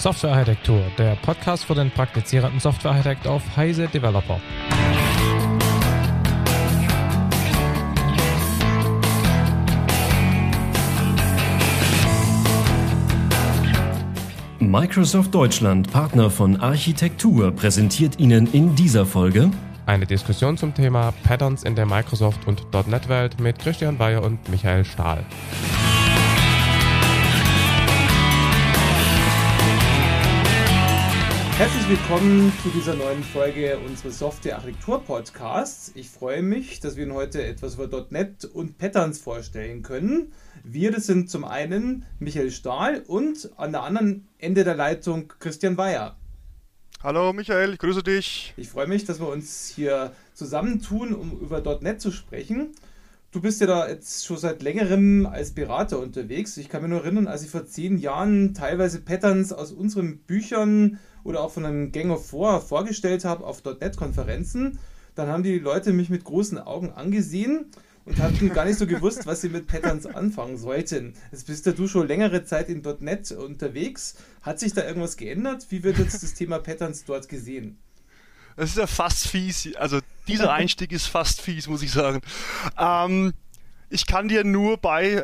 Softwarearchitektur, der Podcast für den praktizierenden Softwarearchitekt auf Heise Developer. Microsoft Deutschland, Partner von Architektur, präsentiert Ihnen in dieser Folge Eine Diskussion zum Thema Patterns in der Microsoft- und .NET-Welt mit Christian Weyer und Michael Stahl. Herzlich willkommen zu dieser neuen Folge unseres Software-Architektur-Podcasts. Ich freue mich, dass wir Ihnen heute etwas über .NET und Patterns vorstellen können. Wir, das sind zum einen Michael Stahl und an der anderen Ende der Leitung Christian Weyer. Hallo Michael, ich grüße dich. Ich freue mich, dass wir uns hier zusammentun, um über .NET zu sprechen. Du bist ja da jetzt schon seit längerem als Berater unterwegs. Ich kann mich nur erinnern, als ich vor 10 Jahren teilweise Patterns aus unseren Büchern oder auch von einem Gang of Four vorgestellt habe auf .NET-Konferenzen, dann haben die Leute mich mit großen Augen angesehen und hatten gar nicht so gewusst, was sie mit Patterns anfangen sollten. Jetzt bist ja du schon längere Zeit in .NET unterwegs. Hat sich da irgendwas geändert? Wie wird jetzt das Thema Patterns dort gesehen? Das ist ja fast fies. Also dieser Einstieg ist fast fies, muss ich sagen. Ich kann dir nur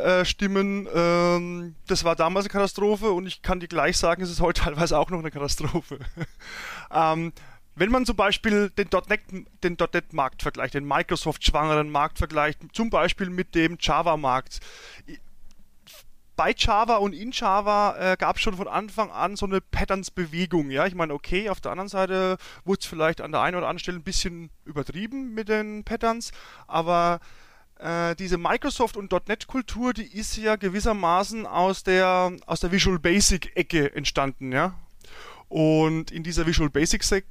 beistimmen, das war damals eine Katastrophe und ich kann dir gleich sagen, es ist heute teilweise auch noch eine Katastrophe. Wenn man zum Beispiel den .NET-Markt vergleicht, den Microsoft-schwangeren Markt vergleicht, zum Beispiel mit dem Java-Markt. Bei Java und in Java gab es schon von Anfang an so eine Patterns-Bewegung. Ja? Ich meine, okay, auf der anderen Seite wurde es vielleicht an der einen oder anderen Stelle ein bisschen übertrieben mit den Patterns, aber diese Microsoft- und .NET-Kultur, die ist ja gewissermaßen aus der Visual Basic-Ecke entstanden. Ja? Und in dieser Visual Basic-Ecke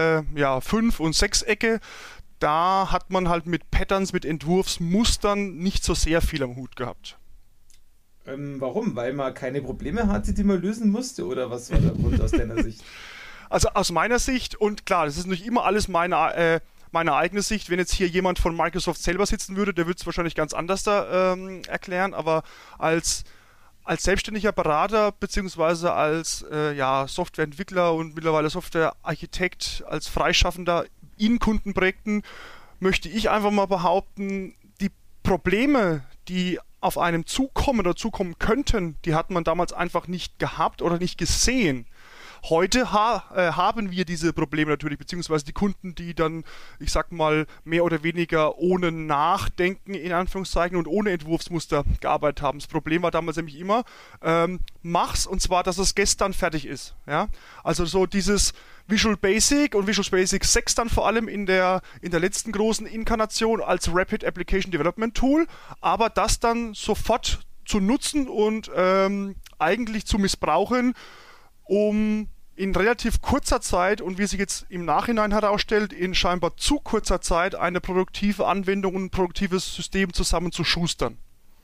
5 und 6 Ecke, da hat man halt mit Patterns, mit Entwurfsmustern nicht so sehr viel am Hut gehabt. Warum? Weil man keine Probleme hatte, die man lösen musste? Oder was war der Grund aus deiner Sicht? Also aus meiner Sicht, und klar, das ist nicht immer alles meine eigene Sicht. Wenn jetzt hier jemand von Microsoft selber sitzen würde, der würde es wahrscheinlich ganz anders da erklären, aber als selbstständiger Berater beziehungsweise als Softwareentwickler und mittlerweile Softwarearchitekt, als Freischaffender in Kundenprojekten möchte ich einfach mal behaupten, die Probleme, die auf einem zukommen oder zukommen könnten, die hat man damals einfach nicht gehabt oder nicht gesehen. Heute haben wir diese Probleme natürlich, beziehungsweise die Kunden, die dann, ich sag mal, mehr oder weniger ohne Nachdenken, in Anführungszeichen, und ohne Entwurfsmuster gearbeitet haben. Das Problem war damals nämlich immer, mach's, und zwar, dass es gestern fertig ist. Ja? Also so dieses Visual Basic und Visual Basic 6 dann vor allem in der letzten großen Inkarnation als Rapid Application Development Tool, aber das dann sofort zu nutzen und eigentlich zu missbrauchen, um in relativ kurzer Zeit, und wie sich jetzt im Nachhinein herausstellt, in scheinbar zu kurzer Zeit eine produktive Anwendung und ein produktives System zusammenzuschustern.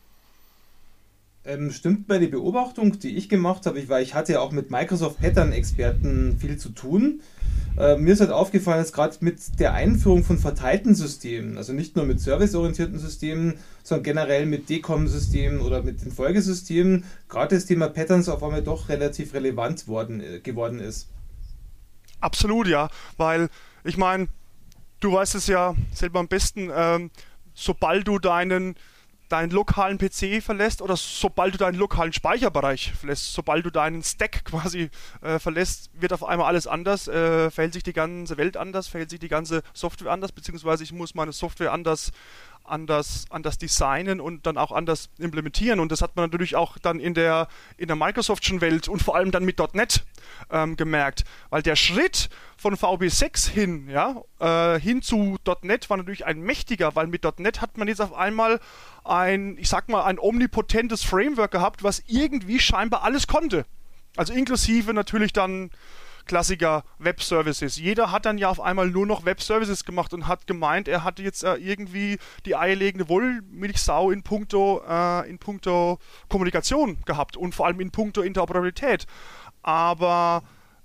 Stimmt meine Beobachtung, die ich gemacht habe, weil ich hatte ja auch mit Microsoft Pattern-Experten viel zu tun. Mir ist halt aufgefallen, dass gerade mit der Einführung von verteilten Systemen, also nicht nur mit serviceorientierten Systemen, sondern generell mit DECOM-Systemen oder mit den Folgesystemen, gerade das Thema Patterns auf einmal doch relativ relevant geworden ist. Absolut, ja, weil ich meine, du weißt es ja selber am besten, sobald du deinen lokalen PC verlässt oder sobald du deinen lokalen Speicherbereich verlässt, sobald du deinen Stack quasi verlässt, wird auf einmal alles anders, verhält sich die ganze Welt anders, verhält sich die ganze Software anders, beziehungsweise ich muss meine Software anders designen und dann auch anders implementieren, und das hat man natürlich auch dann in der Microsoftschen Welt und vor allem dann mit .NET gemerkt, weil der Schritt von VB6 hin zu .NET war natürlich ein mächtiger, weil mit .NET hat man jetzt auf einmal ein omnipotentes Framework gehabt, was irgendwie scheinbar alles konnte. Also inklusive natürlich dann Klassiker Web-Services. Jeder hat dann ja auf einmal nur noch Web-Services gemacht und hat gemeint, er hatte jetzt irgendwie die eierlegende Wollmilchsau in puncto Kommunikation gehabt und vor allem in puncto Interoperabilität. Aber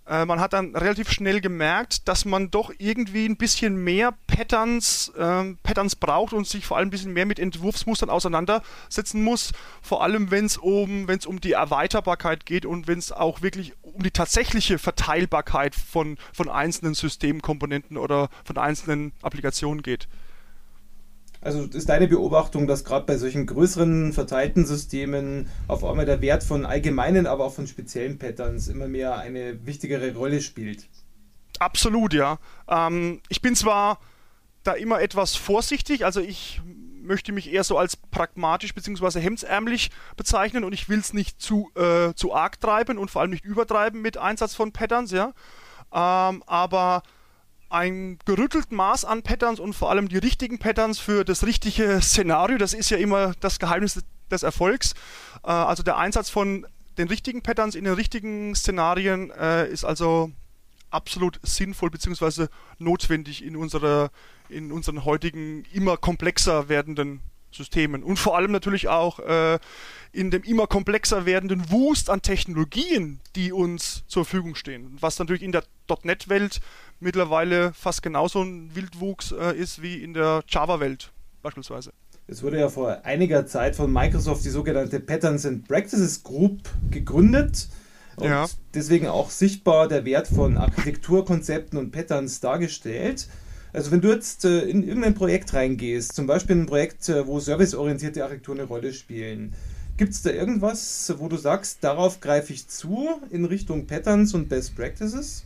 man hat dann relativ schnell gemerkt, dass man doch irgendwie ein bisschen mehr Patterns braucht und sich vor allem ein bisschen mehr mit Entwurfsmustern auseinandersetzen muss. Vor allem, wenn es um die Erweiterbarkeit geht und wenn es auch wirklich um die tatsächliche Verteilbarkeit von einzelnen Systemkomponenten oder von einzelnen Applikationen geht. Also ist deine Beobachtung, dass gerade bei solchen größeren verteilten Systemen auf einmal der Wert von allgemeinen, aber auch von speziellen Patterns immer mehr eine wichtigere Rolle spielt? Absolut, ja. Ich bin zwar da immer etwas vorsichtig, also ich möchte mich eher so als pragmatisch bzw. hemdsärmlich bezeichnen und ich will es nicht zu arg treiben und vor allem nicht übertreiben mit Einsatz von Patterns, ja. Aber ein gerütteltes Maß an Patterns und vor allem die richtigen Patterns für das richtige Szenario, das ist ja immer das Geheimnis des Erfolgs. Also der Einsatz von den richtigen Patterns in den richtigen Szenarien ist also absolut sinnvoll bzw. notwendig in unseren heutigen immer komplexer werdenden Systemen und vor allem natürlich auch in dem immer komplexer werdenden Wust an Technologien, die uns zur Verfügung stehen. Was natürlich in der .NET-Welt mittlerweile fast genauso ein Wildwuchs ist wie in der Java-Welt beispielsweise. Es wurde ja vor einiger Zeit von Microsoft die sogenannte Patterns and Practices Group gegründet und deswegen auch sichtbar der Wert von Architekturkonzepten und Patterns dargestellt. Also wenn du jetzt in irgendein Projekt reingehst, zum Beispiel ein Projekt, wo serviceorientierte Architekturen eine Rolle spielen, gibt es da irgendwas, wo du sagst, darauf greife ich zu in Richtung Patterns und Best Practices?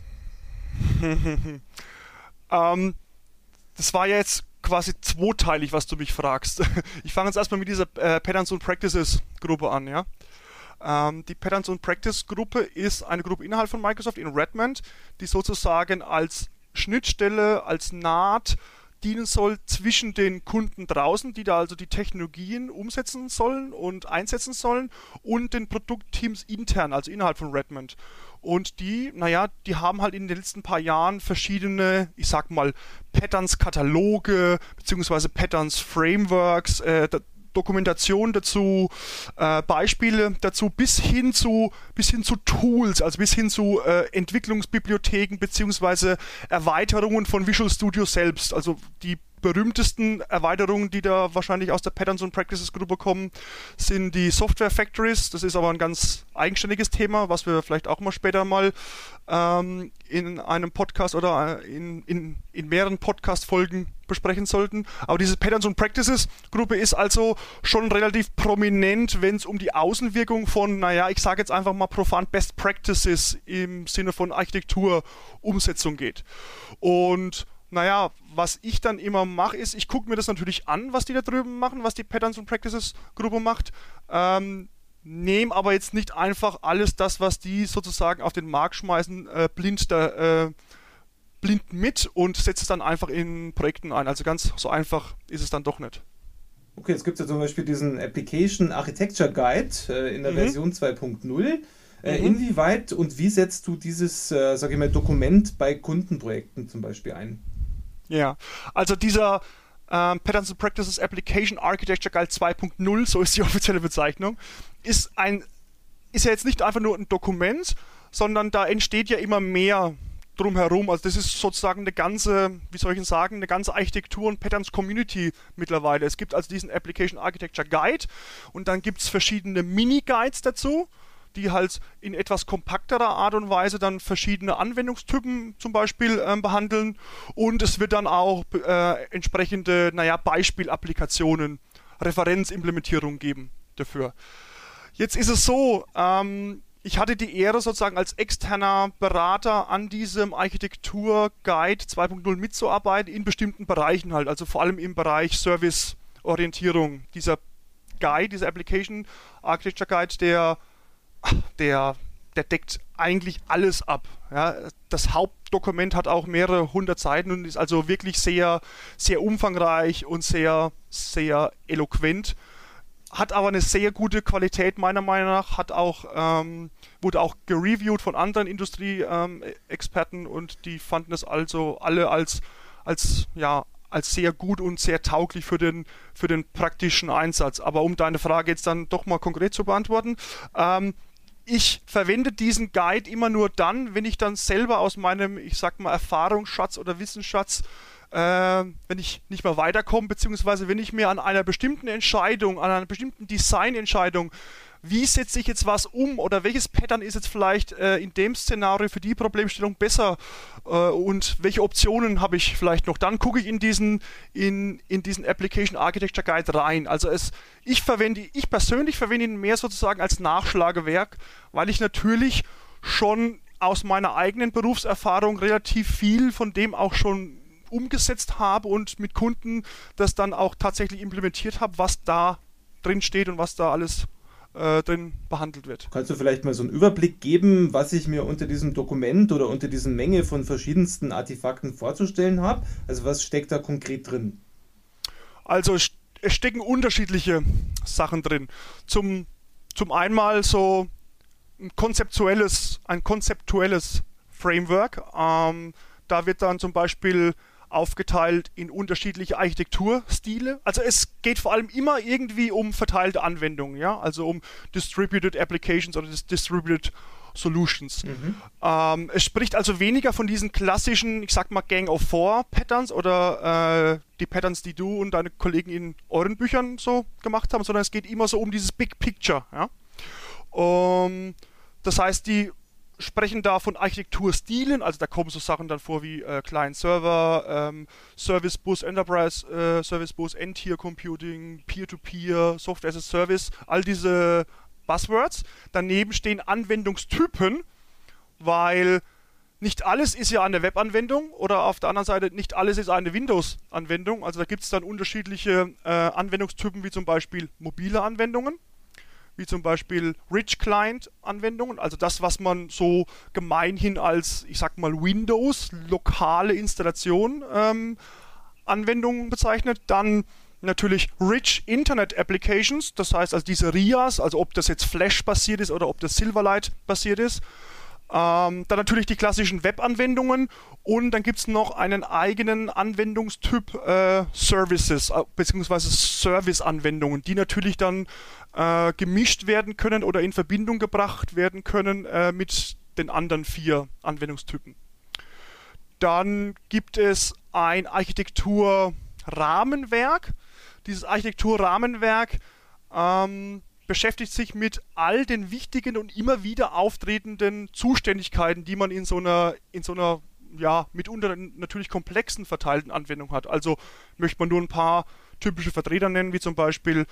Das war ja jetzt quasi zweiteilig, was du mich fragst. Ich fange jetzt erstmal mit dieser Patterns und Practices Gruppe an, ja. Die Patterns und Practice Gruppe ist eine Gruppe innerhalb von Microsoft in Redmond, die sozusagen als Schnittstelle, als Naht dienen soll zwischen den Kunden draußen, die da also die Technologien umsetzen sollen und einsetzen sollen, und den Produktteams intern, also innerhalb von Redmond. Und die haben halt in den letzten paar Jahren verschiedene, ich sag mal, Patterns-Kataloge beziehungsweise Patterns-Frameworks, Dokumentation dazu, Beispiele dazu, bis hin zu Tools, also bis hin zu Entwicklungsbibliotheken beziehungsweise Erweiterungen von Visual Studio selbst. Also die berühmtesten Erweiterungen, die da wahrscheinlich aus der Patterns und Practices Gruppe kommen, sind die Software Factories. Das ist aber ein ganz eigenständiges Thema, was wir vielleicht auch mal später mal in einem Podcast oder in mehreren Podcast-Folgen besprechen sollten. Aber diese Patterns und Practices Gruppe ist also schon relativ prominent, wenn es um die Außenwirkung von, ich sage jetzt einfach mal profan Best Practices im Sinne von Architekturumsetzung geht. Und was ich dann immer mache, ist, ich gucke mir das natürlich an, was die da drüben machen, was die Patterns und Practices Gruppe macht, nehme aber jetzt nicht einfach alles das, was die sozusagen auf den Markt schmeißen, blind mit und setze es dann einfach in Projekten ein. Also ganz so einfach ist es dann doch nicht. Okay, jetzt gibt es ja zum Beispiel diesen Application Architecture Guide in der Version 2.0. Inwieweit und wie setzt du dieses, Dokument bei Kundenprojekten zum Beispiel ein? Ja, also dieser Patterns and Practices Application Architecture Guide 2.0, so ist die offizielle Bezeichnung, ist ja jetzt nicht einfach nur ein Dokument, sondern da entsteht ja immer mehr drumherum. Also das ist sozusagen eine ganze Architektur- und Patterns-Community mittlerweile. Es gibt also diesen Application Architecture Guide und dann gibt es verschiedene Mini-Guides dazu, die halt in etwas kompakterer Art und Weise dann verschiedene Anwendungstypen zum Beispiel behandeln, und es wird dann auch entsprechende Beispielapplikationen, Referenzimplementierungen geben dafür. Jetzt ist es so, ich hatte die Ehre sozusagen als externer Berater an diesem Architektur-Guide 2.0 mitzuarbeiten, in bestimmten Bereichen halt, also vor allem im Bereich Service-Orientierung. Dieser Guide, dieser Application Architecture Guide, der deckt eigentlich alles ab. Ja. Das Hauptdokument hat auch mehrere hundert Seiten und ist also wirklich sehr, sehr umfangreich und sehr, sehr eloquent. Hat aber eine sehr gute Qualität meiner Meinung nach, wurde auch gereviewt von anderen Industrie-Experten und die fanden es also alle als sehr gut und sehr tauglich für den praktischen Einsatz. Aber um deine Frage jetzt dann doch mal konkret zu beantworten, ich verwende diesen Guide immer nur dann, wenn ich dann selber aus meinem, ich sag mal, Erfahrungsschatz oder Wissensschatz, wenn ich nicht mehr weiterkomme, beziehungsweise wenn ich mir an einer bestimmten Entscheidung, an einer bestimmten Designentscheidung, wie setze ich jetzt was um oder welches Pattern ist jetzt vielleicht in dem Szenario für die Problemstellung besser und welche Optionen habe ich vielleicht noch, dann gucke ich in diesen Application Architecture Guide rein. Also ich persönlich verwende ihn mehr sozusagen als Nachschlagewerk, weil ich natürlich schon aus meiner eigenen Berufserfahrung relativ viel von dem auch schon umgesetzt habe und mit Kunden das dann auch tatsächlich implementiert habe, was da drin steht und was da alles drin behandelt wird. Kannst du vielleicht mal so einen Überblick geben, was ich mir unter diesem Dokument oder unter dieser Menge von verschiedensten Artefakten vorzustellen habe? Also was steckt da konkret drin? Also es stecken unterschiedliche Sachen drin. Zum einmal so ein konzeptuelles Framework. Da wird dann zum Beispiel aufgeteilt in unterschiedliche Architekturstile. Also es geht vor allem immer irgendwie um verteilte Anwendungen, ja, also um Distributed Applications oder Distributed Solutions. Es spricht also weniger von diesen klassischen, ich sag mal, Gang of Four Patterns oder die Patterns, die du und deine Kollegen in euren Büchern so gemacht haben, sondern es geht immer so um dieses Big Picture, ja. Das heißt, die sprechen da von Architekturstilen, also da kommen so Sachen dann vor wie Client-Server, Service Bus Enterprise, Service Bus End-Tier Computing, Peer-to-Peer, Software as a Service, all diese Buzzwords. Daneben stehen Anwendungstypen, weil nicht alles ist ja eine Webanwendung oder auf der anderen Seite nicht alles ist eine Windows-Anwendung. Also da gibt es dann unterschiedliche Anwendungstypen wie zum Beispiel mobile Anwendungen, wie zum Beispiel Rich Client-Anwendungen, also das, was man so gemeinhin als, ich sag mal, Windows, lokale Installation Anwendungen bezeichnet. Dann natürlich Rich Internet Applications, das heißt also diese RIAs, also ob das jetzt Flash-basiert ist oder ob das Silverlight-basiert ist. Dann natürlich die klassischen Web-Anwendungen und dann gibt es noch einen eigenen Anwendungstyp Services, beziehungsweise Service-Anwendungen, die natürlich dann gemischt werden können oder in Verbindung gebracht werden können mit den anderen 4 Anwendungstypen. Dann gibt es ein Architekturrahmenwerk. Dieses Architekturrahmenwerk beschäftigt sich mit all den wichtigen und immer wieder auftretenden Zuständigkeiten, die man in so einer ja, mitunter natürlich komplexen verteilten Anwendung hat. Also möchte man nur ein paar typische Vertreter nennen, wie zum Beispiel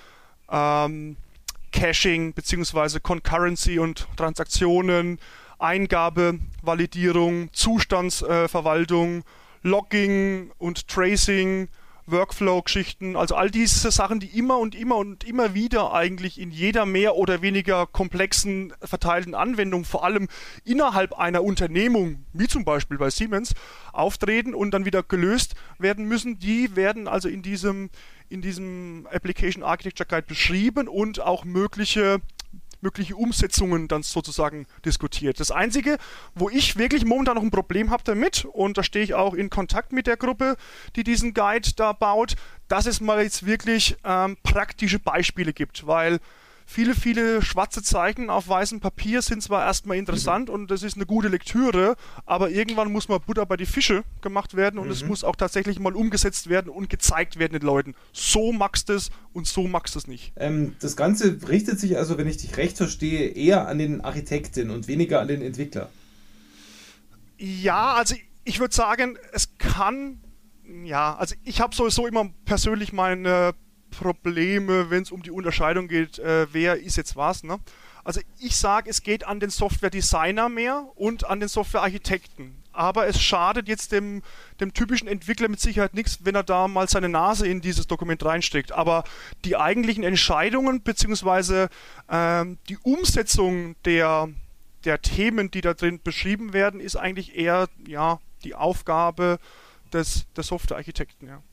Caching bzw. Concurrency und Transaktionen, Eingabe, Validierung, Zustandsverwaltung, Logging und Tracing, Workflow-Geschichten, also all diese Sachen, die immer wieder eigentlich in jeder mehr oder weniger komplexen verteilten Anwendung, vor allem innerhalb einer Unternehmung, wie zum Beispiel bei Siemens, auftreten und dann wieder gelöst werden müssen, die werden also in diesem Application Architecture Guide beschrieben und auch mögliche Umsetzungen dann sozusagen diskutiert. Das Einzige, wo ich wirklich momentan noch ein Problem habe damit, und da stehe ich auch in Kontakt mit der Gruppe, die diesen Guide da baut, dass es mal jetzt wirklich praktische Beispiele gibt, weil viele schwarze Zeichen auf weißem Papier sind zwar erstmal interessant und das ist eine gute Lektüre, aber irgendwann muss mal Butter bei die Fische gemacht werden und es muss auch tatsächlich mal umgesetzt werden und gezeigt werden den Leuten. So magst du es und so magst du es nicht. Das Ganze richtet sich also, wenn ich dich recht verstehe, eher an den Architekten und weniger an den Entwickler. Ja, also ich würde sagen, also ich habe sowieso immer persönlich meine Probleme, wenn es um die Unterscheidung geht, wer ist jetzt was, ne? Also ich sage, es geht an den Software-Designer mehr und an den Software-Architekten. Aber es schadet jetzt dem typischen Entwickler mit Sicherheit nichts, wenn er da mal seine Nase in dieses Dokument reinsteckt. Aber die eigentlichen Entscheidungen bzw. Die Umsetzung der Themen, die da drin beschrieben werden, ist eigentlich eher die Aufgabe der Software-Architekten, ja.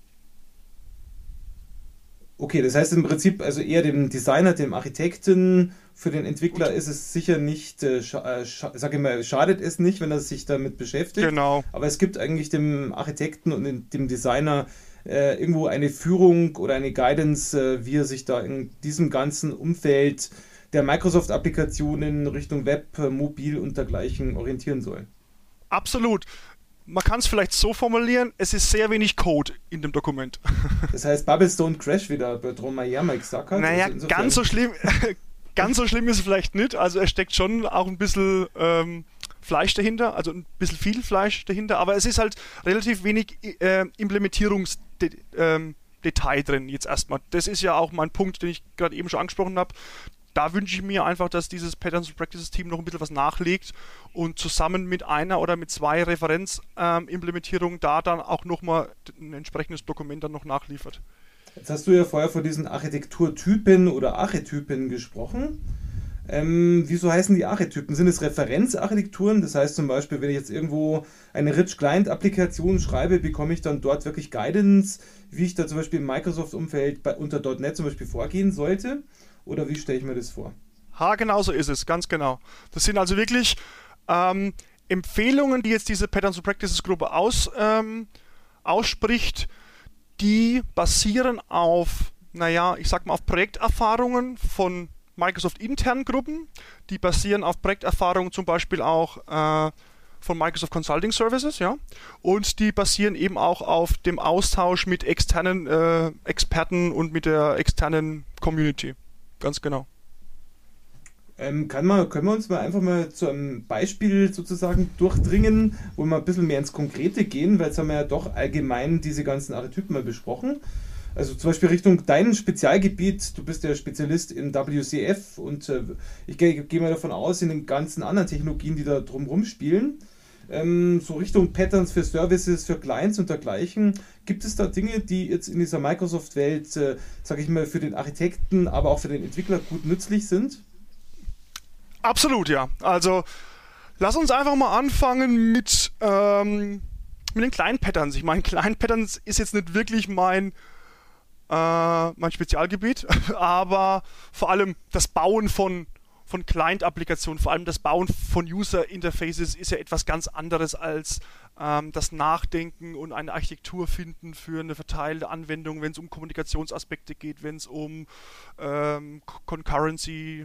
Okay, das heißt im Prinzip also eher dem Designer, dem Architekten, für den Entwickler ist es sicher nicht, schadet es nicht, wenn er sich damit beschäftigt. Genau. Aber es gibt eigentlich dem Architekten und dem Designer irgendwo eine Führung oder eine Guidance, wie er sich da in diesem ganzen Umfeld der Microsoft-Applikationen Richtung Web, Mobil und dergleichen orientieren soll. Absolut. Man kann es vielleicht so formulieren, es ist sehr wenig Code in dem Dokument. Das heißt, Bubbles don't crash, wie der Bertrand Meyer mal gesagt hat. Naja, also ganz so schlimm ist es vielleicht nicht. Also es steckt schon auch ein bisschen Fleisch dahinter, also ein bisschen viel Fleisch dahinter, aber es ist halt relativ wenig Implementierungsdetail drin jetzt erstmal. Das ist ja auch mein Punkt, den ich gerade eben schon angesprochen habe. Da wünsche ich mir einfach, dass dieses Patterns and Practices Team noch ein bisschen was nachlegt und zusammen mit einer oder mit zwei Referenzimplementierungen da dann auch nochmal ein entsprechendes Dokument dann noch nachliefert. Jetzt hast du ja vorher von diesen Architekturtypen oder Archetypen gesprochen. Wieso heißen die Archetypen? Sind es Referenzarchitekturen? Das heißt zum Beispiel, wenn ich jetzt irgendwo eine Rich-Client-Applikation schreibe, bekomme ich dann dort wirklich Guidance, wie ich da zum Beispiel im Microsoft-Umfeld unter .NET zum Beispiel vorgehen sollte? Oder wie stelle ich mir das vor? Genau so ist es, ganz genau. Das sind also wirklich Empfehlungen, die jetzt diese Patterns and Practices Gruppe ausspricht, die basieren auf, ich sag mal, auf Projekterfahrungen von Microsoft-internen Gruppen, die basieren auf Projekterfahrungen zum Beispiel auch von Microsoft Consulting Services, ja, und die basieren eben auch auf dem Austausch mit externen Experten und mit der externen Community. Ganz genau. Können wir uns mal einfach mal zu einem Beispiel sozusagen durchdringen, wo wir ein bisschen mehr ins Konkrete gehen, weil jetzt haben wir ja doch allgemein diese ganzen Archetypen mal besprochen. Also zum Beispiel Richtung dein Spezialgebiet, du bist ja Spezialist in WCF und ich gehe mal davon aus, in den ganzen anderen Technologien, die da drumherum spielen, so Richtung Patterns für Services, für Clients und dergleichen. Gibt es da Dinge, die jetzt in dieser Microsoft-Welt, sage ich mal, für den Architekten, aber auch für den Entwickler gut nützlich sind? Absolut, ja. Also lass uns einfach mal anfangen mit den Client Patterns. Ich meine, Client Patterns ist jetzt nicht wirklich mein Spezialgebiet, aber vor allem das Bauen von Client-Applikationen, vor allem das Bauen von User-Interfaces ist ja etwas ganz anderes als das Nachdenken und eine Architektur finden für eine verteilte Anwendung, wenn es um Kommunikationsaspekte geht, wenn es um Concurrency,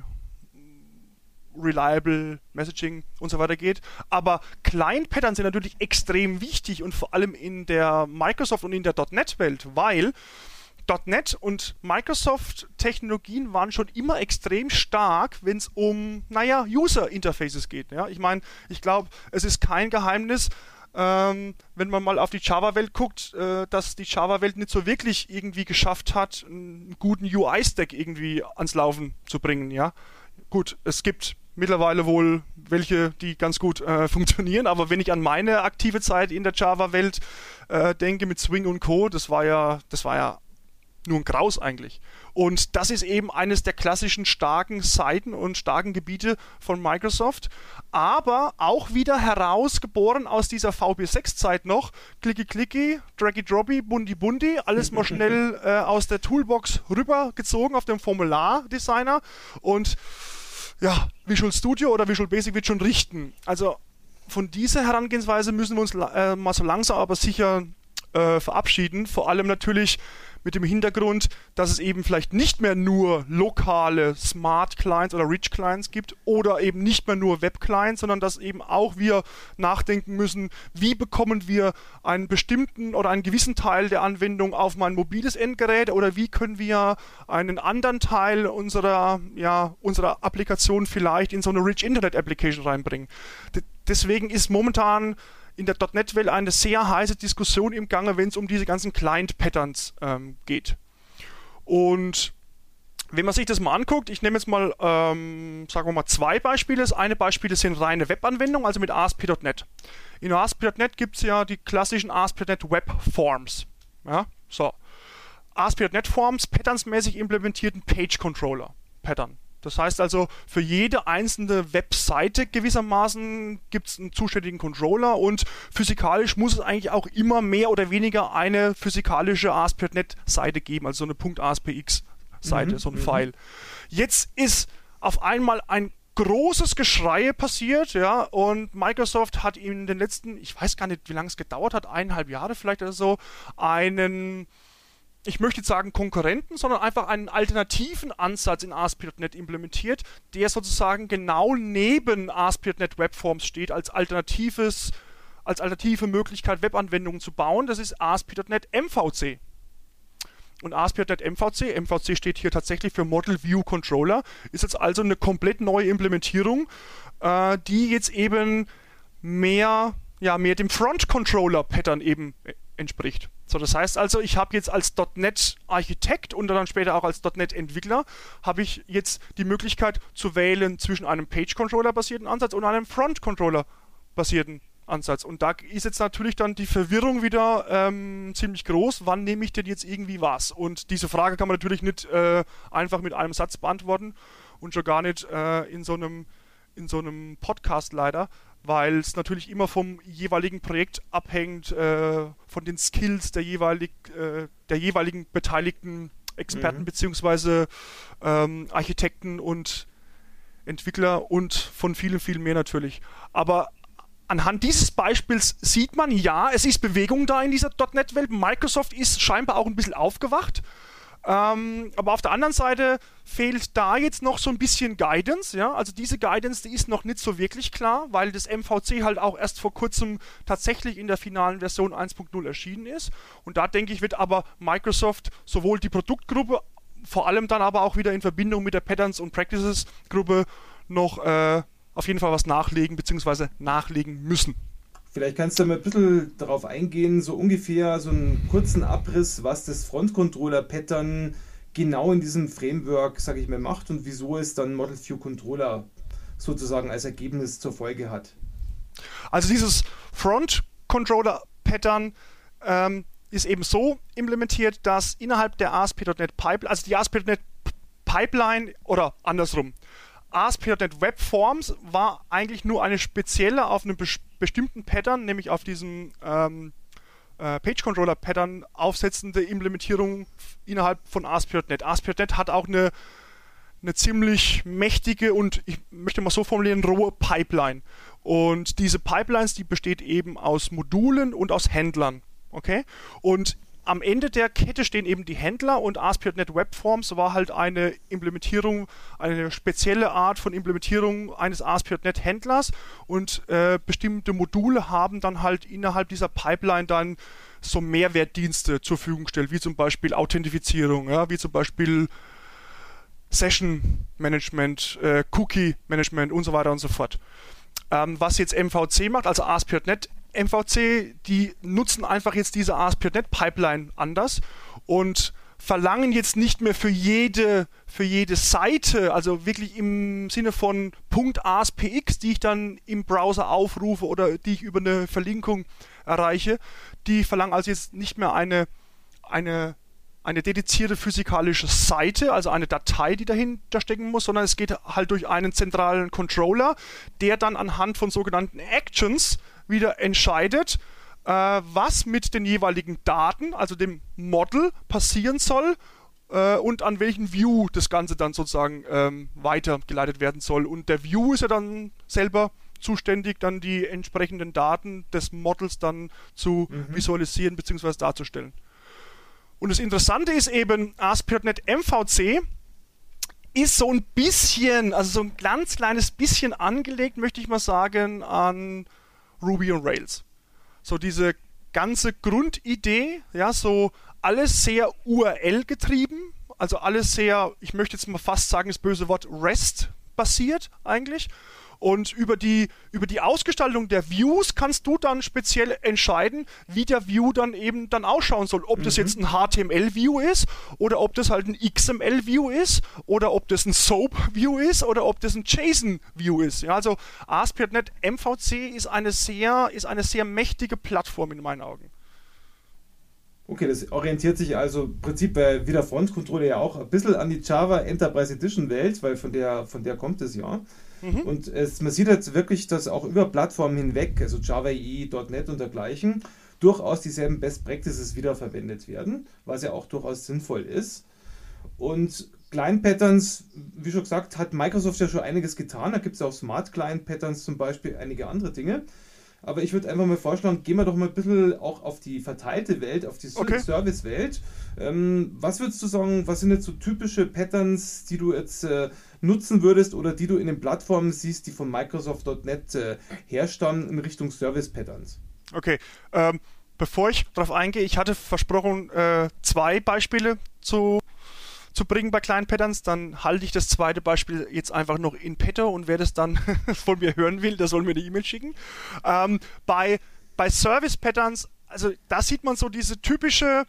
Reliable Messaging und so weiter geht. Aber Client-Patterns sind natürlich extrem wichtig und vor allem in der Microsoft und in der .NET-Welt, weil .NET und Microsoft-Technologien waren schon immer extrem stark, wenn es um, User-Interfaces geht. Ja? Ich meine, ich glaube, es ist kein Geheimnis, wenn man mal auf die Java-Welt guckt, dass die Java-Welt nicht so wirklich irgendwie geschafft hat, einen guten UI-Stack irgendwie ans Laufen zu bringen. Ja? Gut, es gibt mittlerweile wohl welche, die ganz gut funktionieren, aber wenn ich an meine aktive Zeit in der Java-Welt denke mit Swing und Co., das war ja nur ein Graus eigentlich. Und das ist eben eines der klassischen starken Seiten und starken Gebiete von Microsoft, aber auch wieder herausgeboren aus dieser VB6-Zeit noch. Klicki, Draggy-Droppy, Bundi, alles mal schnell aus der Toolbox rübergezogen auf dem Formular-Designer und ja, Visual Studio oder Visual Basic wird schon richten. Also von dieser Herangehensweise müssen wir uns mal so langsam aber sicher verabschieden. Vor allem natürlich mit dem Hintergrund, dass es eben vielleicht nicht mehr nur lokale Smart Clients oder Rich Clients gibt oder eben nicht mehr nur Web Clients, sondern dass eben auch wir nachdenken müssen, wie bekommen wir einen bestimmten oder einen gewissen Teil der Anwendung auf mein mobiles Endgerät oder wie können wir einen anderen Teil unserer Applikation vielleicht in so eine Rich Internet Application reinbringen. Deswegen ist momentan in der .NET-Welt eine sehr heiße Diskussion im Gange, wenn es um diese ganzen Client-Patterns geht. Und wenn man sich das mal anguckt, ich nehme jetzt mal, sagen wir mal, zwei Beispiele. Das eine Beispiel sind reine Webanwendungen, also mit ASP.NET. In ASP.NET gibt es ja die klassischen ASP.NET Web Forms. Ja, so. ASP.NET Forms, patternsmäßig implementierten Page-Controller-Pattern. Das heißt also, für jede einzelne Webseite gewissermaßen gibt es einen zuständigen Controller und physikalisch muss es eigentlich auch immer mehr oder weniger eine physikalische ASP.NET-Seite geben, also so eine .aspx-Seite, so ein File. Jetzt ist auf einmal ein großes Geschrei passiert, ja, und Microsoft hat in den letzten, ich weiß gar nicht, wie lange es gedauert hat, 1,5 Jahre vielleicht oder so, einen ich möchte jetzt sagen Konkurrenten, sondern einfach einen alternativen Ansatz in ASP.NET implementiert, der sozusagen genau neben ASP.NET Webforms steht, als alternative Möglichkeit, Webanwendungen zu bauen. Das ist ASP.NET MVC. Und ASP.NET MVC steht hier tatsächlich für Model View Controller, ist jetzt also eine komplett neue Implementierung, die jetzt eben mehr dem Front-Controller-Pattern eben entspricht. So, das heißt also, ich habe jetzt als .NET-Architekt und dann später auch als .NET-Entwickler habe ich jetzt die Möglichkeit zu wählen zwischen einem Page-Controller-basierten Ansatz und einem Front-Controller-basierten Ansatz. Und da ist jetzt natürlich dann die Verwirrung wieder ziemlich groß. Wann nehme ich denn jetzt irgendwie was? Und diese Frage kann man natürlich nicht einfach mit einem Satz beantworten und schon gar nicht in so einem Podcast leider, weil es natürlich immer vom jeweiligen Projekt abhängt, von den Skills der jeweiligen beteiligten Experten beziehungsweise Architekten und Entwickler und von vielen, vielen mehr natürlich. Aber anhand dieses Beispiels sieht man, ja, es ist Bewegung da in dieser .NET-Welt. Microsoft ist scheinbar auch ein bisschen aufgewacht. Aber auf der anderen Seite fehlt da jetzt noch so ein bisschen Guidance. Ja? Also diese Guidance, die ist noch nicht so wirklich klar, weil das MVC halt auch erst vor kurzem tatsächlich in der finalen Version 1.0 erschienen ist. Und da denke ich, wird aber Microsoft sowohl die Produktgruppe, vor allem dann aber auch wieder in Verbindung mit der Patterns und Practices Gruppe noch auf jeden Fall was nachlegen bzw. nachlegen müssen. Vielleicht kannst du mal ein bisschen darauf eingehen, so ungefähr so einen kurzen Abriss, was das Front-Controller-Pattern genau in diesem Framework, sage ich mal, macht und wieso es dann Model View Controller sozusagen als Ergebnis zur Folge hat. Also dieses Front-Controller-Pattern ist eben so implementiert, dass innerhalb der ASP.NET Pipeline, also die ASP.NET Pipeline oder andersrum, ASP.NET Webforms war eigentlich nur eine spezielle auf einem bestimmten Pattern, nämlich auf diesem Page-Controller-Pattern aufsetzende Implementierung innerhalb von ASP.NET. ASP.NET hat auch eine ziemlich mächtige und, ich möchte mal so formulieren, rohe Pipeline. Und diese Pipelines, die besteht eben aus Modulen und aus Händlern. Okay? Und am Ende der Kette stehen eben die Händler und ASP.NET Webforms war halt eine Implementierung, eine spezielle Art von Implementierung eines ASP.NET Händlers und bestimmte Module haben dann halt innerhalb dieser Pipeline dann so Mehrwertdienste zur Verfügung gestellt, wie zum Beispiel Authentifizierung, ja, wie zum Beispiel Session Management, Cookie Management und so weiter und so fort. Was jetzt MVC macht, also ASP.NET MVC, die nutzen einfach jetzt diese ASP.NET Pipeline anders und verlangen jetzt nicht mehr für jede Seite, also wirklich im Sinne von .aspx, die ich dann im Browser aufrufe oder die ich über eine Verlinkung erreiche, die verlangen also jetzt nicht mehr eine dedizierte physikalische Seite, also eine Datei, die dahinter stecken muss, sondern es geht halt durch einen zentralen Controller, der dann anhand von sogenannten Actions wieder entscheidet, was mit den jeweiligen Daten, also dem Model, passieren soll und an welchen View das Ganze dann sozusagen weitergeleitet werden soll. Und der View ist ja dann selber zuständig, dann die entsprechenden Daten des Models dann zu visualisieren bzw. darzustellen. Und das Interessante ist eben, ASP.NET MVC ist so ein bisschen, also so ein ganz kleines bisschen angelegt, möchte ich mal sagen, an Ruby und Rails. So diese ganze Grundidee, ja, so alles sehr URL getrieben, also alles sehr, ich möchte jetzt mal fast sagen, das böse Wort REST basiert eigentlich. Und über die Ausgestaltung der Views kannst du dann speziell entscheiden, wie der View dann eben dann ausschauen soll. Ob das jetzt ein HTML-View ist oder ob das halt ein XML-View ist oder ob das ein SOAP-View ist oder ob das ein JSON-View ist. Ja, also ASP.NET MVC ist eine sehr mächtige Plattform in meinen Augen. Okay, das orientiert sich also im Prinzip wie der Front-Controller ja auch ein bisschen an die Java Enterprise Edition Welt, weil von der kommt es ja. Und man sieht jetzt wirklich, dass auch über Plattformen hinweg, also Java EE, .NET und dergleichen, durchaus dieselben Best Practices wiederverwendet werden, was ja auch durchaus sinnvoll ist. Und Client Patterns, wie schon gesagt, hat Microsoft ja schon einiges getan. Da gibt es auch Smart Client Patterns zum Beispiel, einige andere Dinge. aber ich würde einfach mal vorschlagen, gehen wir doch mal ein bisschen auch auf die verteilte Welt, auf die Service-Welt. Was würdest du sagen, was sind jetzt so typische Patterns, die du jetzt nutzen würdest oder die du in den Plattformen siehst, die von Microsoft.NET herstammen in Richtung Service-Patterns? Okay, bevor ich darauf eingehe, ich hatte versprochen, 2 Beispiele zu bringen bei kleinen Patterns, dann halte ich das zweite Beispiel jetzt einfach noch in petto und wer das dann von mir hören will, der soll mir eine E-Mail schicken. Bei Service Patterns, also da sieht man so dieses typische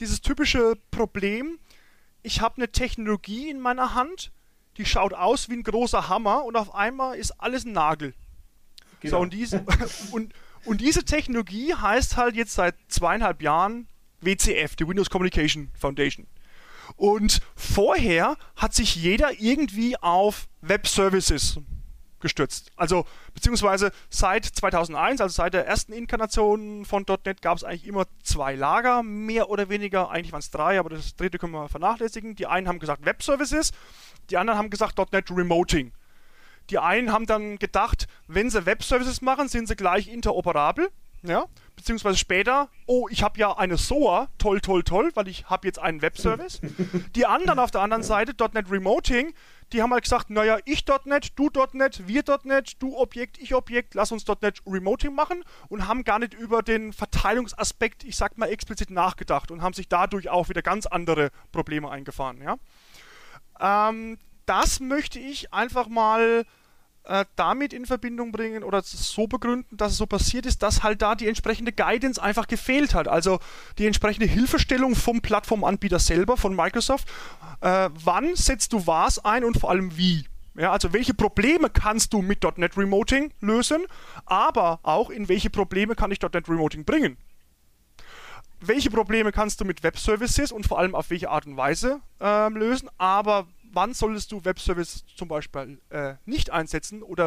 Problem, ich habe eine Technologie in meiner Hand, die schaut aus wie ein großer Hammer und auf einmal ist alles ein Nagel. Genau. So, und diese Technologie heißt halt jetzt seit 2,5 Jahren WCF, die Windows Communication Foundation. Und vorher hat sich jeder irgendwie auf Web Services gestürzt. Also, beziehungsweise seit 2001, also seit der ersten Inkarnation von .NET, gab es eigentlich immer 2 Lager, mehr oder weniger. Eigentlich waren es 3, aber das dritte können wir vernachlässigen. Die einen haben gesagt Web Services, die anderen haben gesagt .NET Remoting. Die einen haben dann gedacht, wenn sie Web Services machen, sind sie gleich interoperabel. Ja, beziehungsweise später, oh, ich habe ja eine SOA, toll, weil ich habe jetzt einen Webservice. Die anderen auf der anderen Seite, .NET Remoting, die haben halt gesagt, naja, ich .NET, du .NET, wir .NET, du Objekt, ich Objekt, lass uns .NET Remoting machen und haben gar nicht über den Verteilungsaspekt, ich sag mal, explizit nachgedacht und haben sich dadurch auch wieder ganz andere Probleme eingefahren. Ja? Das möchte ich einfach mal damit in Verbindung bringen oder so begründen, dass es so passiert ist, dass halt da die entsprechende Guidance einfach gefehlt hat. Also die entsprechende Hilfestellung vom Plattformanbieter selber, von Microsoft. Wann setzt du was ein und vor allem wie? Ja, also welche Probleme kannst du mit .NET Remoting lösen, aber auch in welche Probleme kann ich .NET Remoting bringen? Welche Probleme kannst du mit Web Services und vor allem auf welche Art und Weise lösen, aber wann solltest du Web-Services zum Beispiel nicht einsetzen oder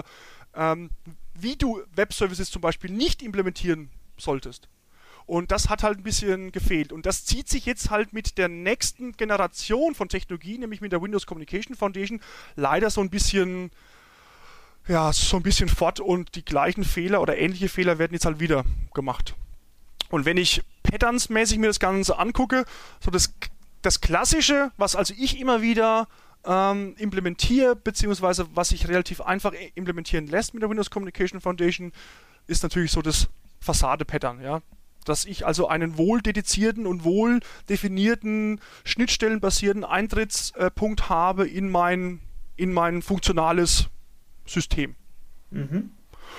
wie du Web-Services zum Beispiel nicht implementieren solltest. Und das hat halt ein bisschen gefehlt. Und das zieht sich jetzt halt mit der nächsten Generation von Technologie, nämlich mit der Windows Communication Foundation, leider so ein bisschen fort und die gleichen Fehler oder ähnliche Fehler werden jetzt halt wieder gemacht. Und wenn ich patternsmäßig mir das Ganze angucke, so das Klassische, was also ich immer wieder implementiere, beziehungsweise was sich relativ einfach implementieren lässt mit der Windows Communication Foundation, ist natürlich so das Fassade-Pattern, ja. Dass ich also einen wohl dedizierten und wohl definierten, schnittstellenbasierten Eintrittspunkt habe in mein funktionales System. Mhm.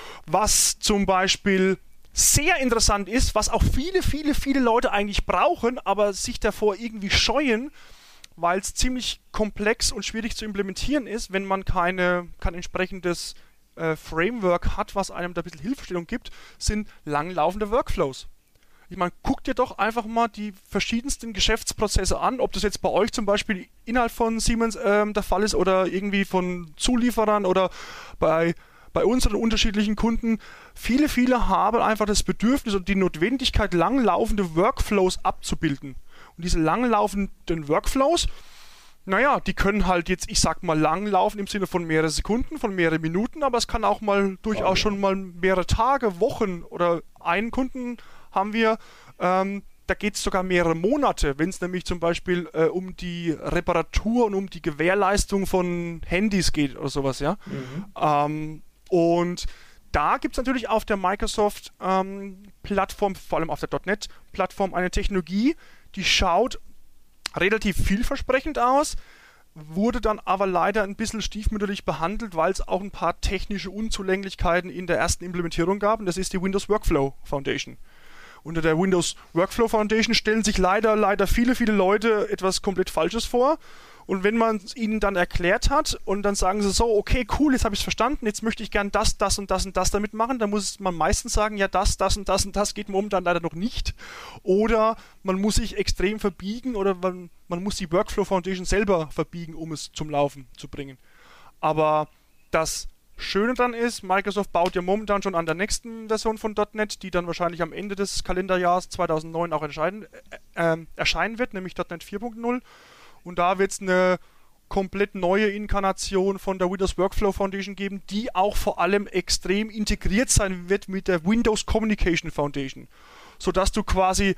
Was zum Beispiel sehr interessant ist, was auch viele Leute eigentlich brauchen, aber sich davor irgendwie scheuen, weil es ziemlich komplex und schwierig zu implementieren ist, wenn man kein entsprechendes Framework hat, was einem da ein bisschen Hilfestellung gibt, sind langlaufende Workflows. Ich meine, guckt dir doch einfach mal die verschiedensten Geschäftsprozesse an, ob das jetzt bei euch zum Beispiel innerhalb von Siemens der Fall ist oder irgendwie von Zulieferern oder bei unseren unterschiedlichen Kunden. Viele haben einfach das Bedürfnis und die Notwendigkeit, langlaufende Workflows abzubilden. Und diese langlaufenden Workflows, naja, die können halt jetzt, ich sag mal, langlaufen im Sinne von mehrere Sekunden, von mehrere Minuten, aber es kann auch mal durchaus schon mal mehrere Tage, Wochen oder einen Kunden haben wir, da geht es sogar mehrere Monate, wenn es nämlich zum Beispiel um die Reparatur und um die Gewährleistung von Handys geht oder sowas, ja. Mhm. Und da gibt es natürlich auf der Microsoft-Plattform, vor allem auf der .NET-Plattform, eine Technologie, die schaut relativ vielversprechend aus, wurde dann aber leider ein bisschen stiefmütterlich behandelt, weil es auch ein paar technische Unzulänglichkeiten in der ersten Implementierung gab, und das ist die Windows Workflow Foundation. Unter der Windows Workflow Foundation stellen sich leider viele Leute etwas komplett Falsches vor. Und wenn man es ihnen dann erklärt hat und dann sagen sie so, okay, cool, jetzt habe ich es verstanden, jetzt möchte ich gern das und das damit machen, dann muss man meistens sagen, ja, das und das geht momentan leider noch nicht. Oder man muss sich extrem verbiegen oder man muss die Workflow Foundation selber verbiegen, um es zum Laufen zu bringen. Aber das Schöne dann ist, Microsoft baut ja momentan schon an der nächsten Version von .NET, die dann wahrscheinlich am Ende des Kalenderjahres 2009 auch erscheinen wird, nämlich .NET 4.0. Und da wird es eine komplett neue Inkarnation von der Windows Workflow Foundation geben, die auch vor allem extrem integriert sein wird mit der Windows Communication Foundation, sodass du quasi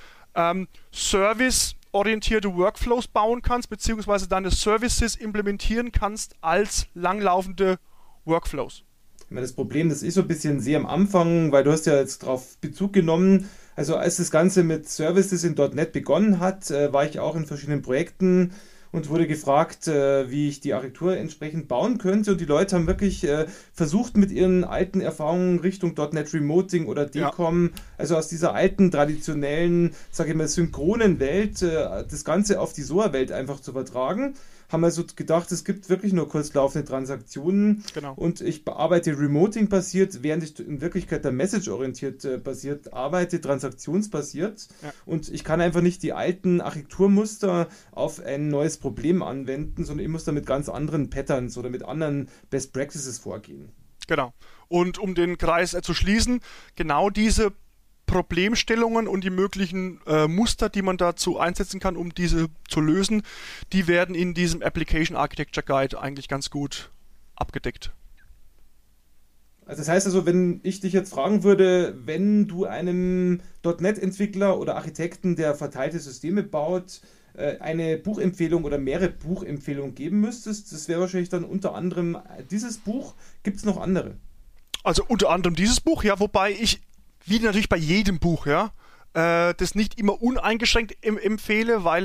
serviceorientierte Workflows bauen kannst, beziehungsweise deine Services implementieren kannst als langlaufende Workflows. Das Problem, das ist so ein bisschen sehr am Anfang, weil du hast ja jetzt darauf Bezug genommen. Also als das Ganze mit Services in .NET begonnen hat, war ich auch in verschiedenen Projekten und wurde gefragt, wie ich die Architektur entsprechend bauen könnte. Und die Leute haben wirklich versucht, mit ihren alten Erfahrungen Richtung .NET Remoting oder DCOM, also aus dieser alten, traditionellen, sage ich mal, synchronen Welt, das Ganze auf die SOA-Welt einfach zu übertragen. Haben also gedacht, es gibt wirklich nur kurzlaufende Transaktionen und ich bearbeite Remoting-basiert, während ich in Wirklichkeit da Message-orientiert basiert arbeite, transaktionsbasiert und ich kann einfach nicht die alten Architekturmuster auf ein neues Problem anwenden, sondern ich muss da mit ganz anderen Patterns oder mit anderen Best Practices vorgehen. Genau. Und um den Kreis zu schließen, genau diese Problemstellungen und die möglichen Muster, die man dazu einsetzen kann, um diese zu lösen, die werden in diesem Application Architecture Guide eigentlich ganz gut abgedeckt. Also das heißt also, wenn ich dich jetzt fragen würde, wenn du einem .NET-Entwickler oder Architekten, der verteilte Systeme baut, eine Buchempfehlung oder mehrere Buchempfehlungen geben müsstest, das wäre wahrscheinlich dann unter anderem dieses Buch. Gibt es noch andere? Also unter anderem dieses Buch, ja, wobei ich wie natürlich bei jedem Buch, ja, das nicht immer uneingeschränkt empfehle, weil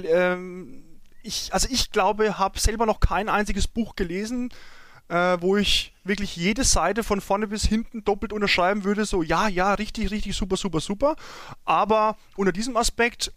ich glaube, habe selber noch kein einziges Buch gelesen, wo ich wirklich jede Seite von vorne bis hinten doppelt unterschreiben würde, so ja, richtig, richtig, super, super, super. Aber unter diesem Aspekt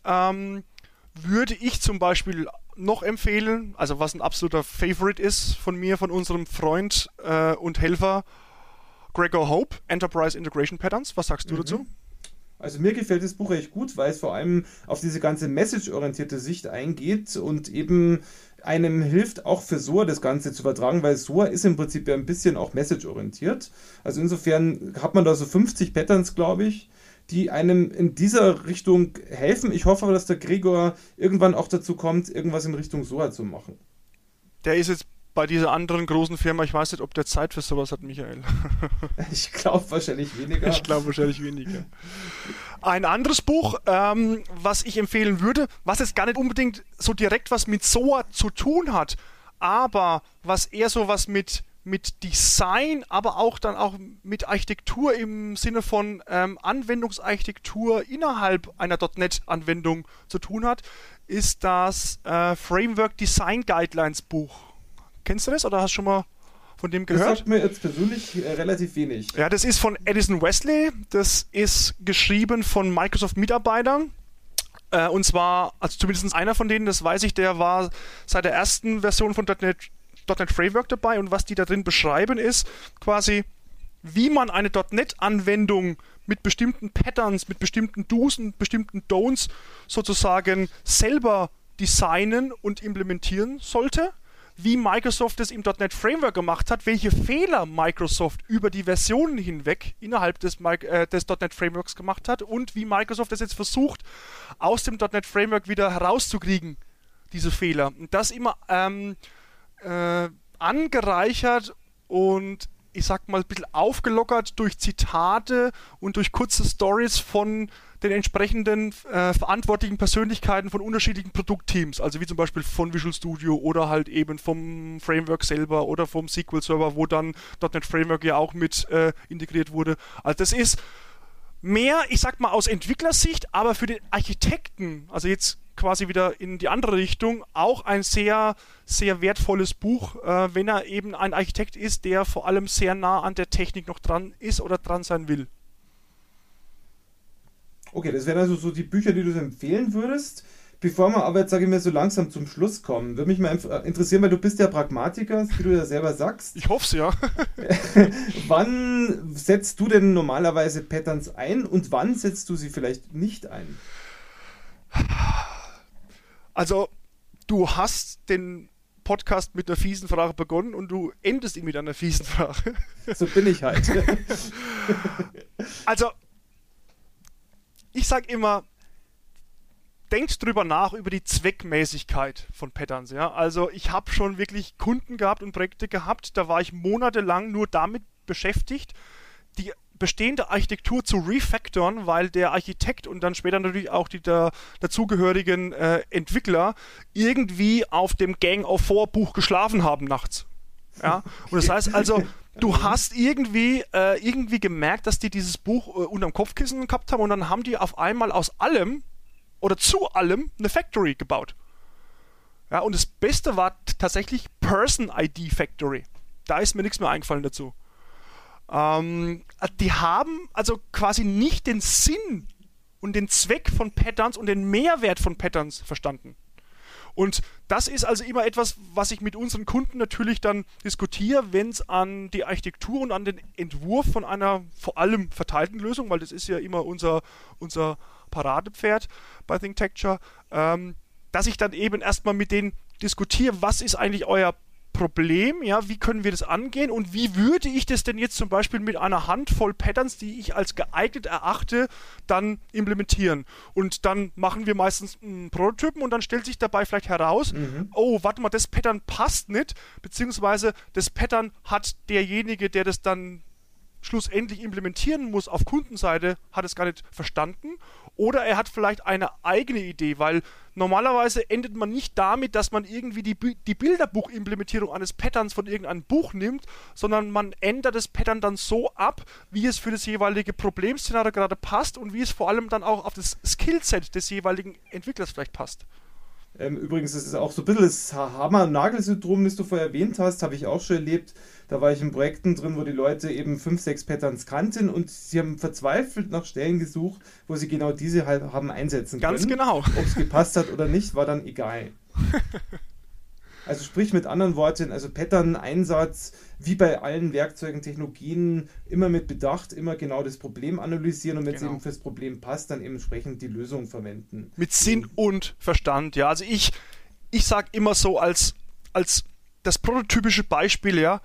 würde ich zum Beispiel noch empfehlen, also was ein absoluter Favorite ist von mir, von unserem Freund und Helfer Gregor Hope, Enterprise Integration Patterns. Was sagst du dazu? Also mir gefällt das Buch echt gut, weil es vor allem auf diese ganze message-orientierte Sicht eingeht und eben einem hilft, auch für SOA das Ganze zu übertragen, weil SOA ist im Prinzip ja ein bisschen auch message-orientiert. Also insofern hat man da so 50 Patterns, glaube ich, die einem in dieser Richtung helfen. Ich hoffe aber, dass der Gregor irgendwann auch dazu kommt, irgendwas in Richtung SOA zu machen. Der ist jetzt bei dieser anderen großen Firma, ich weiß nicht, ob der Zeit für sowas hat, Michael. Ich glaube wahrscheinlich weniger. Ein anderes Buch, was ich empfehlen würde, was jetzt gar nicht unbedingt so direkt was mit SOA zu tun hat, aber was eher so was mit Design, aber auch dann auch mit Architektur im Sinne von Anwendungsarchitektur innerhalb einer .NET-Anwendung zu tun hat, ist das Framework Design Guidelines Buch. Kennst du das oder hast du schon mal von dem gehört? Das sagt mir jetzt persönlich relativ wenig. Ja, das ist von Addison Wesley. Das ist geschrieben von Microsoft-Mitarbeitern. Und zwar, also zumindest einer von denen, das weiß ich, der war seit der ersten Version von .NET Framework dabei. Und was die da drin beschreiben, ist quasi, wie man eine .NET-Anwendung mit bestimmten Patterns, mit bestimmten Do's und bestimmten Don'ts sozusagen selber designen und implementieren sollte. Wie Microsoft es im .NET Framework gemacht hat, welche Fehler Microsoft über die Versionen hinweg innerhalb des .NET Frameworks gemacht hat und wie Microsoft es jetzt versucht, aus dem .NET Framework wieder herauszukriegen, diese Fehler. Und das immer angereichert und ich sag mal ein bisschen aufgelockert durch Zitate und durch kurze Stories von den entsprechenden verantwortlichen Persönlichkeiten von unterschiedlichen Produktteams, also wie zum Beispiel von Visual Studio oder halt eben vom Framework selber oder vom SQL Server, wo dann .NET Framework ja auch mit integriert wurde. Also das ist mehr, ich sag mal, aus Entwicklersicht, aber für den Architekten, also jetzt quasi wieder in die andere Richtung, auch ein sehr, sehr wertvolles Buch, wenn er eben ein Architekt ist, der vor allem sehr nah an der Technik noch dran ist oder dran sein will. Okay, das wären also so die Bücher, die du empfehlen würdest. Bevor wir aber jetzt, sage ich mal, so langsam zum Schluss kommen, würde mich mal interessieren, weil du bist ja Pragmatiker, wie du ja selber sagst. Ich hoffe es, ja. Wann setzt du denn normalerweise Patterns ein und wann setzt du sie vielleicht nicht ein? Also, du hast den Podcast mit einer fiesen Frage begonnen und du endest ihn mit einer fiesen Frage. So bin ich halt. Also, ich sag immer, denkt drüber nach, über die Zweckmäßigkeit von Patterns. Ja? Also ich habe schon wirklich Kunden gehabt und Projekte gehabt, da war ich monatelang nur damit beschäftigt, die bestehende Architektur zu refactoren, weil der Architekt und dann später natürlich auch die dazugehörigen Entwickler irgendwie auf dem Gang of Four Buch geschlafen haben nachts. Ja? Und das heißt also, du hast irgendwie gemerkt, dass die dieses Buch unterm Kopfkissen gehabt haben und dann haben die auf einmal aus allem oder zu allem eine Factory gebaut. Ja, und das Beste war tatsächlich Person ID Factory. Da ist mir nichts mehr eingefallen dazu. Die haben also quasi nicht den Sinn und den Zweck von Patterns und den Mehrwert von Patterns verstanden. Und das ist also immer etwas, was ich mit unseren Kunden natürlich dann diskutiere, wenn es an die Architektur und an den Entwurf von einer vor allem verteilten Lösung, weil das ist ja immer unser Paradepferd bei ThinkTecture, dass ich dann eben erstmal mit denen diskutiere, was ist eigentlich euer Problem, ja, wie können wir das angehen und wie würde ich das denn jetzt zum Beispiel mit einer Handvoll Patterns, die ich als geeignet erachte, dann implementieren. Und dann machen wir meistens einen Prototypen und dann stellt sich dabei vielleicht heraus, oh, warte mal, das Pattern passt nicht, beziehungsweise das Pattern hat derjenige, der das dann schlussendlich implementieren muss auf Kundenseite, hat es gar nicht verstanden oder er hat vielleicht eine eigene Idee, weil normalerweise endet man nicht damit, dass man irgendwie die Bilderbuchimplementierung eines Patterns von irgendeinem Buch nimmt, sondern man ändert das Pattern dann so ab, wie es für das jeweilige Problemszenario gerade passt und wie es vor allem dann auch auf das Skillset des jeweiligen Entwicklers vielleicht passt. Übrigens, das ist auch so ein bisschen das Hammer-Nagel-Syndrom, das du vorher erwähnt hast, habe ich auch schon erlebt. Da war ich in Projekten drin, wo die Leute eben 5, 6 Patterns kannten und sie haben verzweifelt nach Stellen gesucht, wo sie genau diese halt haben einsetzen können. Ganz genau. Ob es gepasst hat oder nicht, war dann egal. Also sprich mit anderen Worten, also Pattern-Einsatz, wie bei allen Werkzeugen, Technologien, immer mit Bedacht, immer genau das Problem analysieren und wenn es eben fürs Problem passt, dann eben entsprechend die Lösung verwenden. Mit Sinn und Verstand, ja. Also ich sage immer so als das prototypische Beispiel, ja,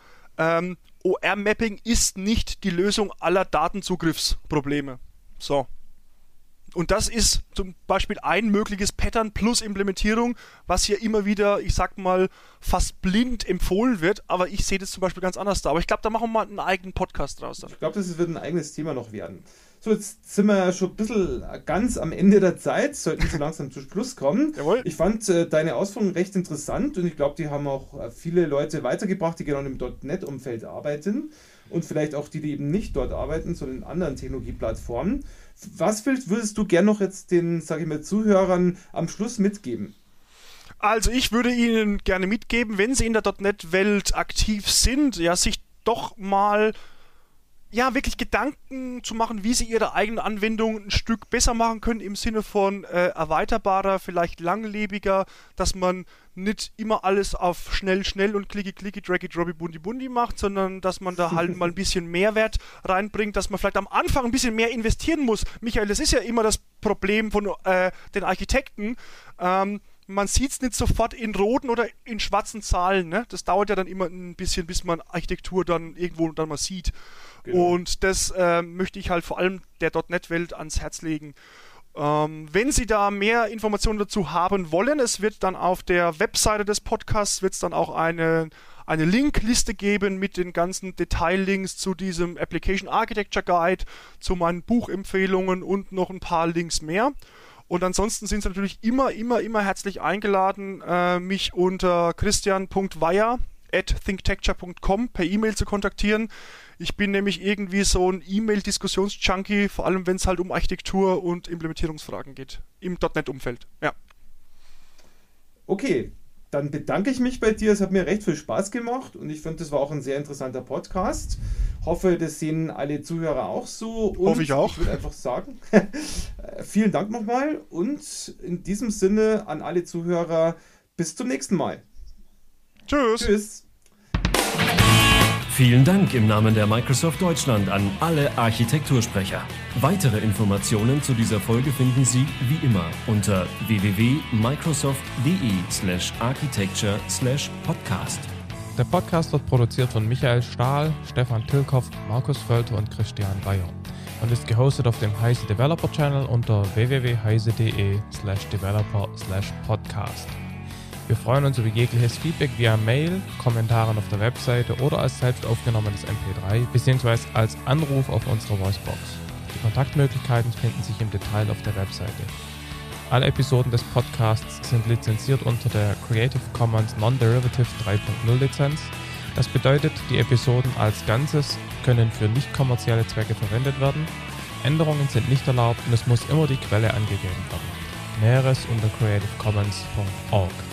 OR-Mapping ist nicht die Lösung aller Datenzugriffsprobleme. So. Und das ist zum Beispiel ein mögliches Pattern plus Implementierung, was hier immer wieder, ich sag mal, fast blind empfohlen wird. Aber ich sehe das zum Beispiel ganz anders da. Aber ich glaube, da machen wir mal einen eigenen Podcast draus. Ich glaube, das wird ein eigenes Thema noch werden. So, jetzt sind wir schon ein bisschen ganz am Ende der Zeit, sollten so langsam zu Schluss kommen. Jawohl. Ich fand deine Ausführungen recht interessant und ich glaube, die haben auch viele Leute weitergebracht, die genau im .NET-Umfeld arbeiten und vielleicht auch die eben nicht dort arbeiten, sondern in anderen Technologieplattformen. Was würdest du gern noch jetzt den, sage ich mal, Zuhörern am Schluss mitgeben? Also ich würde Ihnen gerne mitgeben, wenn Sie in der .NET-Welt aktiv sind, ja, sich doch mal wirklich Gedanken zu machen, wie Sie Ihre eigene Anwendung ein Stück besser machen können, im Sinne von erweiterbarer, vielleicht langlebiger, dass man nicht immer alles auf schnell und klicki, draggy, droppy, bundi macht, sondern dass man da halt mal ein bisschen Mehrwert reinbringt, dass man vielleicht am Anfang ein bisschen mehr investieren muss. Michael, das ist ja immer das Problem von den Architekten. Man sieht es nicht sofort in roten oder in schwarzen Zahlen. Ne? Das dauert ja dann immer ein bisschen, bis man Architektur dann irgendwo dann mal sieht. Genau. Und das möchte ich halt vor allem der .NET-Welt ans Herz legen. Wenn Sie da mehr Informationen dazu haben wollen, es wird dann auf der Webseite des Podcasts wird's dann auch eine Linkliste geben mit den ganzen Detaillinks zu diesem Application Architecture Guide, zu meinen Buchempfehlungen und noch ein paar Links mehr. Und ansonsten sind Sie natürlich immer herzlich eingeladen, mich unter christian.weier@thinktecture.com per E-Mail zu kontaktieren. Ich bin nämlich irgendwie so ein E-Mail-Diskussionsjunkie, vor allem wenn es halt um Architektur und Implementierungsfragen geht im .NET-Umfeld. Ja. Okay, dann bedanke ich mich bei dir. Es hat mir recht viel Spaß gemacht und ich finde, das war auch ein sehr interessanter Podcast. Hoffe, das sehen alle Zuhörer auch so. Und hoffe ich auch. Ich würde einfach sagen, vielen Dank nochmal und in diesem Sinne an alle Zuhörer, bis zum nächsten Mal. Tschüss. Tschüss. Vielen Dank im Namen der Microsoft Deutschland an alle Architektursprecher. Weitere Informationen zu dieser Folge finden Sie wie immer unter www.microsoft.de/architecture/podcast. Der Podcast wird produziert von Michael Stahl, Stefan Tilkoff, Markus Völter und Christian Weier. und ist gehostet auf dem Heise Developer Channel unter www.heise.de/developer/podcast. Wir freuen uns über jegliches Feedback via Mail, Kommentaren auf der Webseite oder als selbst aufgenommenes MP3 bzw. als Anruf auf unserer Voicebox. Die Kontaktmöglichkeiten finden sich im Detail auf der Webseite. Alle Episoden des Podcasts sind lizenziert unter der Creative Commons Non-Derivative 3.0 Lizenz. Das bedeutet, die Episoden als Ganzes können für nicht kommerzielle Zwecke verwendet werden. Änderungen sind nicht erlaubt und es muss immer die Quelle angegeben werden. Näheres unter creativecommons.org.